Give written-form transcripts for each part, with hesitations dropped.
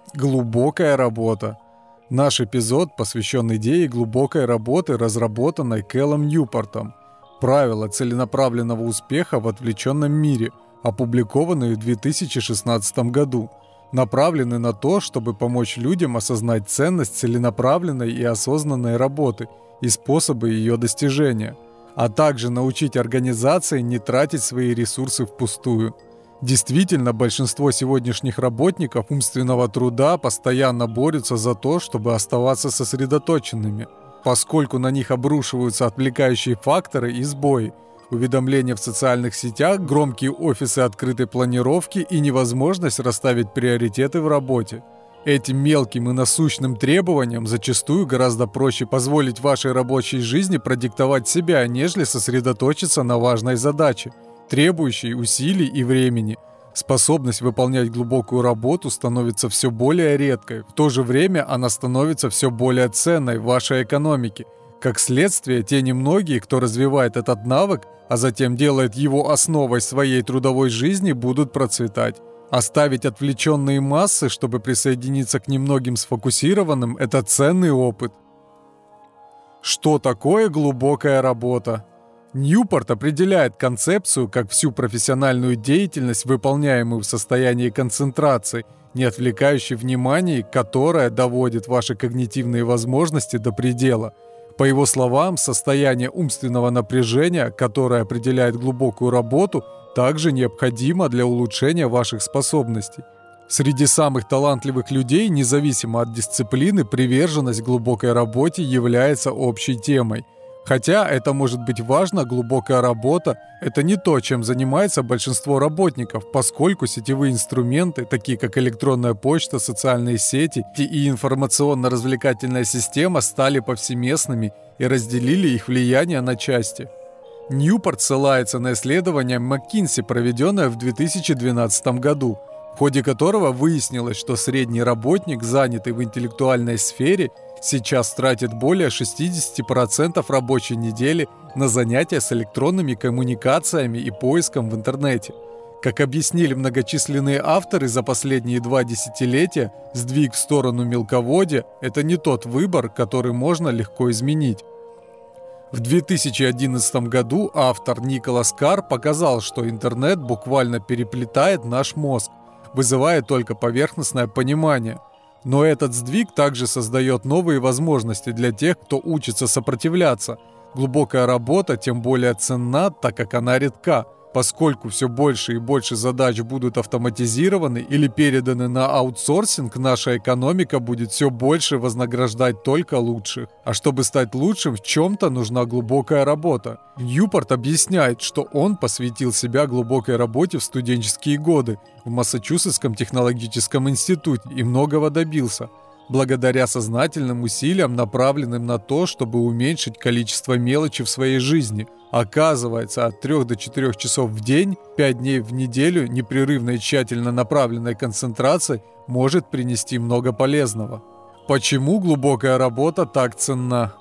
Глубокая работа. Наш эпизод посвящен идее глубокой работы, разработанной Кэлом Ньюпортом. Правила целенаправленного успеха в отвлеченном мире, опубликованные в 2016 году, направлены на то, чтобы помочь людям осознать ценность целенаправленной и осознанной работы и способы ее достижения, а также научить организации не тратить свои ресурсы впустую. Действительно, большинство сегодняшних работников умственного труда постоянно борются за то, чтобы оставаться сосредоточенными, поскольку на них обрушиваются отвлекающие факторы и сбои, уведомления в социальных сетях, громкие офисы открытой планировки и невозможность расставить приоритеты в работе. Этим мелким и насущным требованиям зачастую гораздо проще позволить вашей рабочей жизни продиктовать себя, нежели сосредоточиться на важной задаче, требующей усилий и времени. Способность выполнять глубокую работу становится все более редкой, в то же время она становится все более ценной в вашей экономике. Как следствие, те немногие, кто развивает этот навык, а затем делает его основой своей трудовой жизни, будут процветать. Оставить отвлеченные массы, чтобы присоединиться к немногим сфокусированным – это ценный опыт. Что такое глубокая работа? Ньюпорт определяет концепцию как всю профессиональную деятельность, выполняемую в состоянии концентрации, не отвлекающей внимание, которая доводит ваши когнитивные возможности до предела. По его словам, состояние умственного напряжения, которое определяет глубокую работу, также необходимо для улучшения ваших способностей. Среди самых талантливых людей, независимо от дисциплины, приверженность глубокой работе является общей темой. Хотя это может быть важно, глубокая работа – это не то, чем занимается большинство работников, поскольку сетевые инструменты, такие как электронная почта, социальные сети и информационно-развлекательная система, стали повсеместными и разделили их влияние на части. Ньюпорт ссылается на исследование McKinsey, проведенное в 2012 году, в ходе которого выяснилось, что средний работник, занятый в интеллектуальной сфере, сейчас тратит более 60% рабочей недели на занятия с электронными коммуникациями и поиском в интернете. Как объяснили многочисленные авторы, за последние 2 десятилетия сдвиг в сторону мелководья – это не тот выбор, который можно легко изменить. В 2011 году автор Николас Карр показал, что интернет буквально переплетает наш мозг, вызывая только поверхностное понимание. Но этот сдвиг также создает новые возможности для тех, кто учится сопротивляться. Глубокая работа тем более ценна, так как она редка, поскольку все больше и больше задач будут автоматизированы или переданы на аутсорсинг, наша экономика будет все больше вознаграждать только лучших. А чтобы стать лучшим в чем-то, нужна глубокая работа. Ньюпорт объясняет, что он посвятил себя глубокой работе в студенческие годы в Массачусетском технологическом институте и многого добился, благодаря сознательным усилиям, направленным на то, чтобы уменьшить количество мелочи в своей жизни. Оказывается, от 3 до 4 часов в день, 5 дней в неделю непрерывной и тщательно направленной концентрации может принести много полезного. Почему глубокая работа так ценна?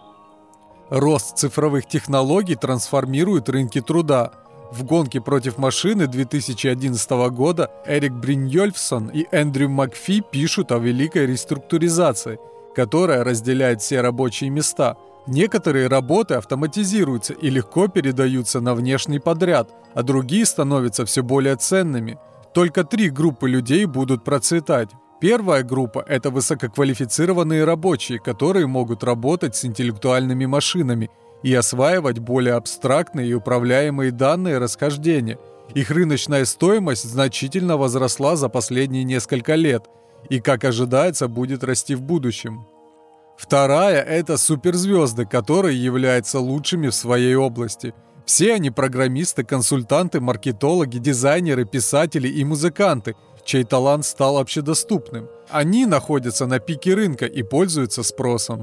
Рост цифровых технологий трансформирует рынки труда. В гонке против машины 2011 года Эрик Бриньольфсон и Эндрю Макфи пишут о великой реструктуризации, которая разделяет все рабочие места. Некоторые работы автоматизируются и легко передаются на внешний подряд, а другие становятся все более ценными. Только 3 группы людей будут процветать. Первая группа – это высококвалифицированные рабочие, которые могут работать с интеллектуальными машинами и осваивать более абстрактные и управляемые данные расхождения. Их рыночная стоимость значительно возросла за последние несколько лет и, как ожидается, будет расти в будущем. Вторая – это суперзвезды, которые являются лучшими в своей области. Все они программисты, консультанты, маркетологи, дизайнеры, писатели и музыканты, чей талант стал общедоступным. Они находятся на пике рынка и пользуются спросом.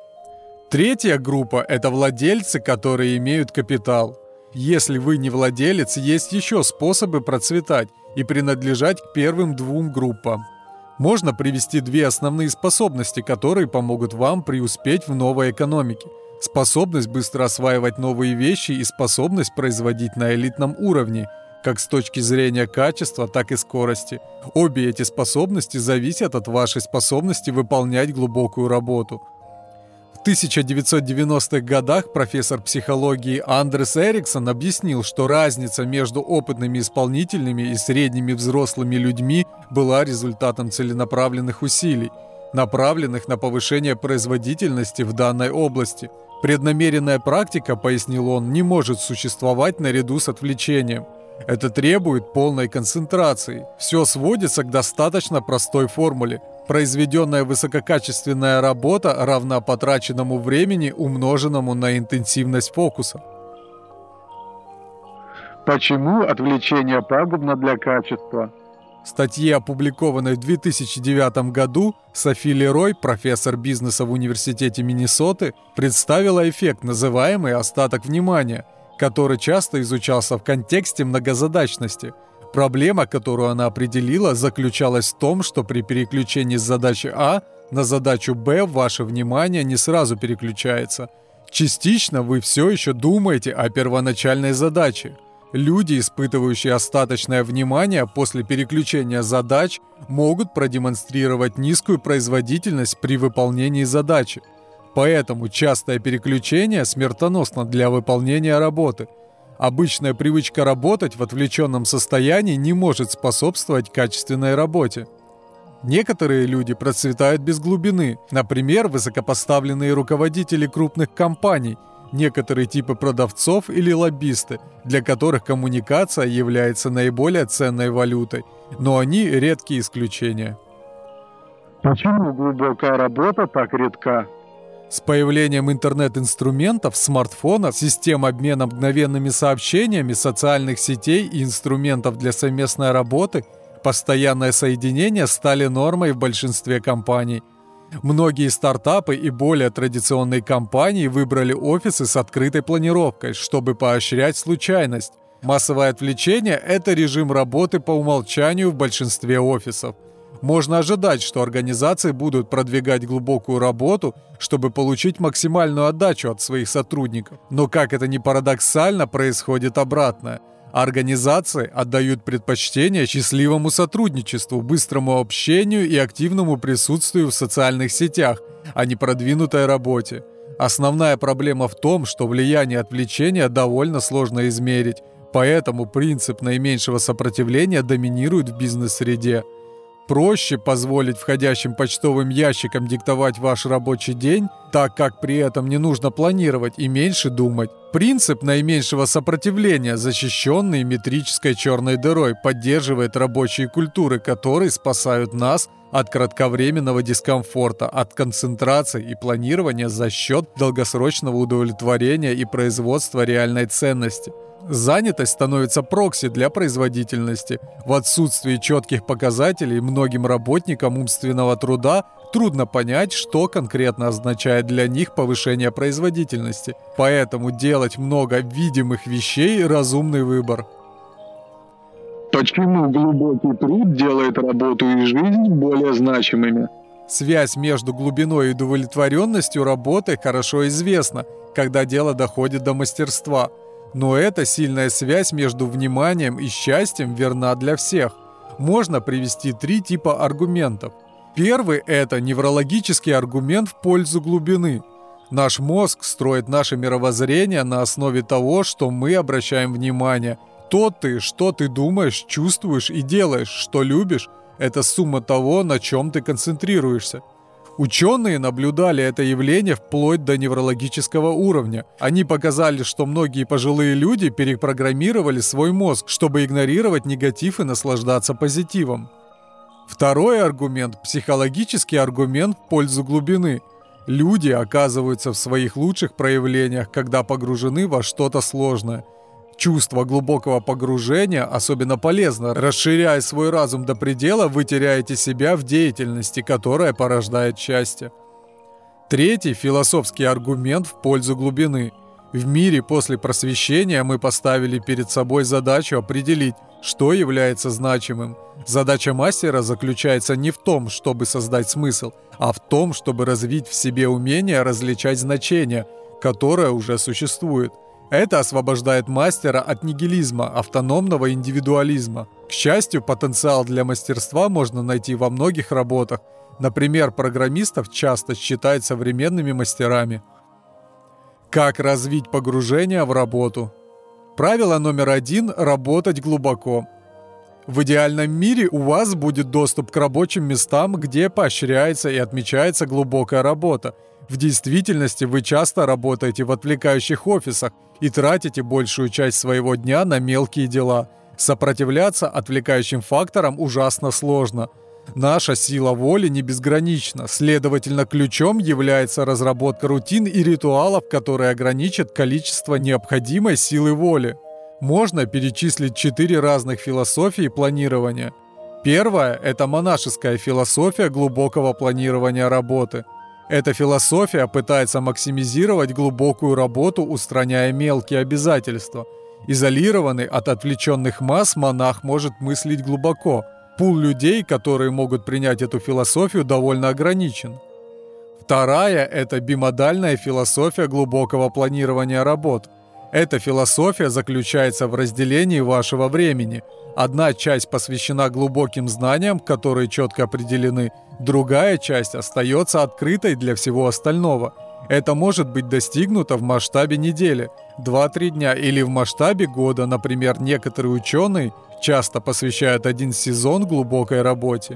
Третья группа – это владельцы, которые имеют капитал. Если вы не владелец, есть еще способы процветать и принадлежать к первым 2 группам. Можно привести 2 основные способности, которые помогут вам преуспеть в новой экономике. Способность быстро осваивать новые вещи и способность производить на элитном уровне. как с точки зрения качества, так и скорости. Обе эти способности зависят от вашей способности выполнять глубокую работу. В 1990-х годах профессор психологии Андрес Эриксон объяснил, что разница между опытными исполнительными и средними взрослыми людьми была результатом целенаправленных усилий, направленных на повышение производительности в данной области. Преднамеренная практика, пояснил он, не может существовать наряду с отвлечением. Это требует полной концентрации. Все сводится к достаточно простой формуле. Произведенная высококачественная работа равна потраченному времени, умноженному на интенсивность фокуса. Почему отвлечение пагубно для качества? В статье, опубликованной в 2009 году, Софи Лерой, профессор бизнеса в Университете Миннесоты, представила эффект, называемый «остаток внимания», который часто изучался в контексте многозадачности. Проблема, которую она определила, заключалась в том, что при переключении с задачи А на задачу Б ваше внимание не сразу переключается. Частично вы все еще думаете о первоначальной задаче. Люди, испытывающие остаточное внимание после переключения задач, могут продемонстрировать низкую производительность при выполнении задачи. Поэтому частое переключение смертоносно для выполнения работы. Обычная привычка работать в отвлеченном состоянии не может способствовать качественной работе. Некоторые люди процветают без глубины, например, высокопоставленные руководители крупных компаний, некоторые типы продавцов или лоббисты, для которых коммуникация является наиболее ценной валютой, но они редкие исключения. Почему глубокая работа так редка? С появлением интернет-инструментов, смартфонов, систем обмена мгновенными сообщениями, социальных сетей и инструментов для совместной работы, постоянное соединение стали нормой в большинстве компаний. Многие стартапы и более традиционные компании выбрали офисы с открытой планировкой, чтобы поощрять случайность. Массовое отвлечение – это режим работы по умолчанию в большинстве офисов. Можно ожидать, что организации будут продвигать глубокую работу, чтобы получить максимальную отдачу от своих сотрудников. Но, как это ни парадоксально, происходит обратное. Организации отдают предпочтение счастливому сотрудничеству, быстрому общению и активному присутствию в социальных сетях, а не продвинутой работе. Основная проблема в том, что влияние отвлечения довольно сложно измерить, поэтому принцип наименьшего сопротивления доминирует в бизнес-среде. Проще позволить входящим почтовым ящикам диктовать ваш рабочий день, так как при этом не нужно планировать и меньше думать. Принцип наименьшего сопротивления, защищенный метрической черной дырой, поддерживает рабочие культуры, которые спасают нас от кратковременного дискомфорта, от концентрации и планирования за счет долгосрочного удовлетворения и производства реальной ценности. Занятость становится прокси для производительности. В отсутствии четких показателей многим работникам умственного труда трудно понять, что конкретно означает для них повышение производительности. Поэтому делать много видимых вещей – разумный выбор. Почему глубокий труд делает работу и жизнь более значимыми? Связь между глубиной и удовлетворенностью работы хорошо известна, когда дело доходит до мастерства. Но эта сильная связь между вниманием и счастьем верна для всех. Можно привести 3 типа аргументов. Первый – это неврологический аргумент в пользу глубины. Наш мозг строит наше мировоззрение на основе того, что мы обращаем внимание. Что ты думаешь, чувствуешь и делаешь, что любишь – это сумма того, на чем ты концентрируешься. Ученые наблюдали это явление вплоть до неврологического уровня. Они показали, что многие пожилые люди перепрограммировали свой мозг, чтобы игнорировать негатив и наслаждаться позитивом. Второй аргумент – психологический аргумент в пользу глубины. Люди оказываются в своих лучших проявлениях, когда погружены во что-то сложное. Чувство глубокого погружения особенно полезно. Расширяя свой разум до предела, вы теряете себя в деятельности, которая порождает счастье. Третий философский аргумент в пользу глубины. В мире после просвещения мы поставили перед собой задачу определить, что является значимым. Задача мастера заключается не в том, чтобы создать смысл, а в том, чтобы развить в себе умение различать значения, которое уже существует. Это освобождает мастера от нигилизма, автономного индивидуализма. К счастью, потенциал для мастерства можно найти во многих работах. Например, программистов часто считают современными мастерами. Как развить погружение в работу? Правило номер 1 – работать глубоко. В идеальном мире у вас будет доступ к рабочим местам, где поощряется и отмечается глубокая работа. В действительности вы часто работаете в отвлекающих офисах и тратите большую часть своего дня на мелкие дела. Сопротивляться отвлекающим факторам ужасно сложно. Наша сила воли не безгранична, следовательно, ключом является разработка рутин и ритуалов, которые ограничат количество необходимой силы воли. Можно перечислить 4 разных философии планирования. Первая – это монашеская философия глубокого планирования работы. Эта философия пытается максимизировать глубокую работу, устраняя мелкие обязательства. Изолированный от отвлеченных масс монах может мыслить глубоко. Пул людей, которые могут принять эту философию, довольно ограничен. Вторая – это бимодальная философия глубокого планирования работ. Эта философия заключается в разделении вашего времени. Одна часть посвящена глубоким знаниям, которые четко определены, другая часть остается открытой для всего остального. Это может быть достигнуто в масштабе недели, 2-3 дня или в масштабе года. Например, некоторые ученые часто посвящают один сезон глубокой работе.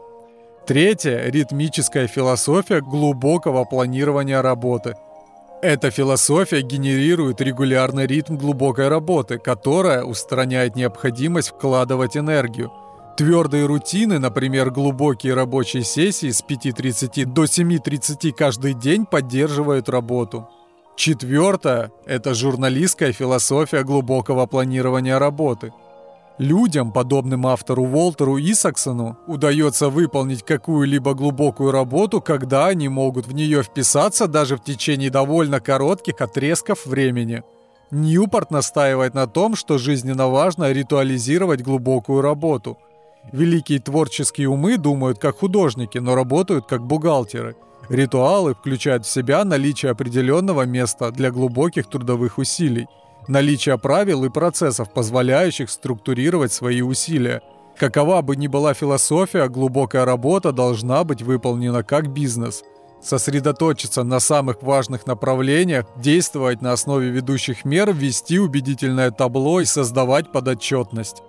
Третье – ритмическая философия глубокого планирования работы. Эта философия генерирует регулярный ритм глубокой работы, которая устраняет необходимость вкладывать энергию. Твердые рутины, например, глубокие рабочие сессии с 5:30 до 7:30 каждый день поддерживают работу. Четвертое – это журналистская философия глубокого планирования работы. Людям, подобным автору Уолтеру Исаксону, удается выполнить какую-либо глубокую работу, когда они могут в нее вписаться даже в течение довольно коротких отрезков времени. Ньюпорт настаивает на том, что жизненно важно ритуализировать глубокую работу. Великие творческие умы думают как художники, но работают как бухгалтеры. Ритуалы включают в себя наличие определенного места для глубоких трудовых усилий, наличие правил и процессов, позволяющих структурировать свои усилия. Какова бы ни была философия, глубокая работа должна быть выполнена как бизнес. Сосредоточиться на самых важных направлениях, действовать на основе ведущих мер, вести убедительное табло и создавать подотчетность.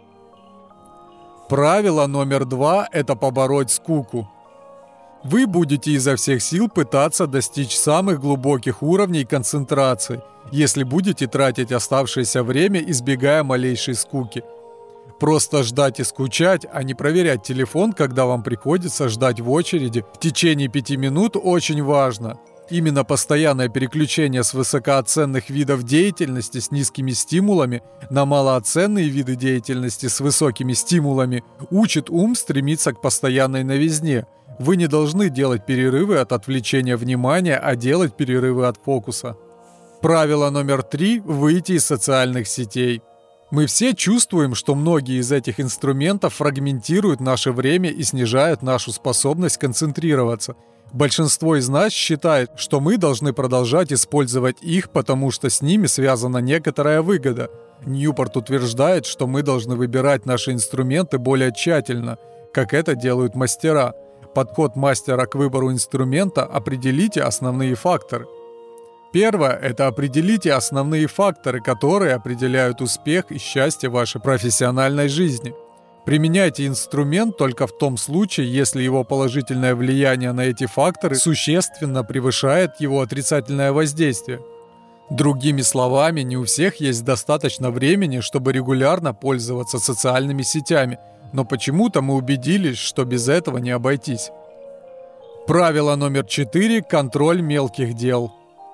Правило номер 2 – это побороть скуку. Вы будете изо всех сил пытаться достичь самых глубоких уровней концентрации, если будете тратить оставшееся время, избегая малейшей скуки. Просто ждать и скучать, а не проверять телефон, когда вам приходится ждать в очереди в течение 5 минут, очень важно. Именно постоянное переключение с высокооценных видов деятельности с низкими стимулами на малооценные виды деятельности с высокими стимулами учит ум стремиться к постоянной новизне. Вы не должны делать перерывы от отвлечения внимания, а делать перерывы от фокуса. Правило номер 3 – выйти из социальных сетей. Мы все чувствуем, что многие из этих инструментов фрагментируют наше время и снижают нашу способность концентрироваться. Большинство из нас считает, что мы должны продолжать использовать их, потому что с ними связана некоторая выгода. Ньюпорт утверждает, что мы должны выбирать наши инструменты более тщательно, как это делают мастера. Подход мастера к выбору инструмента – определите основные факторы. Первое – это определите основные факторы, которые определяют успех и счастье вашей профессиональной жизни. Применяйте инструмент только в том случае, если его положительное влияние на эти факторы существенно превышает его отрицательное воздействие. Другими словами, не у всех есть достаточно времени, чтобы регулярно пользоваться социальными сетями, но почему-то мы убедились, что без этого не обойтись. Правило номер 4 – контроль мелких дел.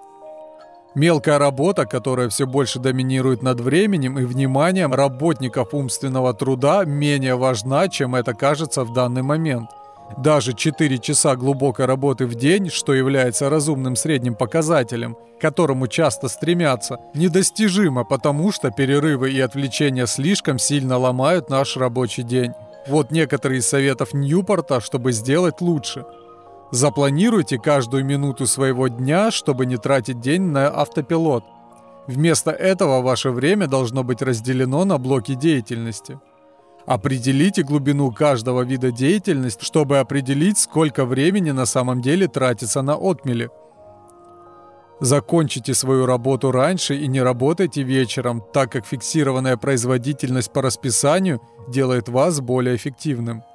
Мелкая работа, которая все больше доминирует над временем и вниманием работников умственного труда, менее важна, чем это кажется в данный момент. Даже 4 часа глубокой работы в день, что является разумным средним показателем, к которому часто стремятся, недостижимо, потому что перерывы и отвлечения слишком сильно ломают наш рабочий день. Вот некоторые из советов Ньюпорта, чтобы сделать лучше. Запланируйте каждую минуту своего дня, чтобы не тратить день на автопилот. Вместо этого ваше время должно быть разделено на блоки деятельности. Определите глубину каждого вида деятельности, чтобы определить, сколько времени на самом деле тратится на отмели. Закончите свою работу раньше и не работайте вечером, так как фиксированная производительность по расписанию делает вас более эффективным.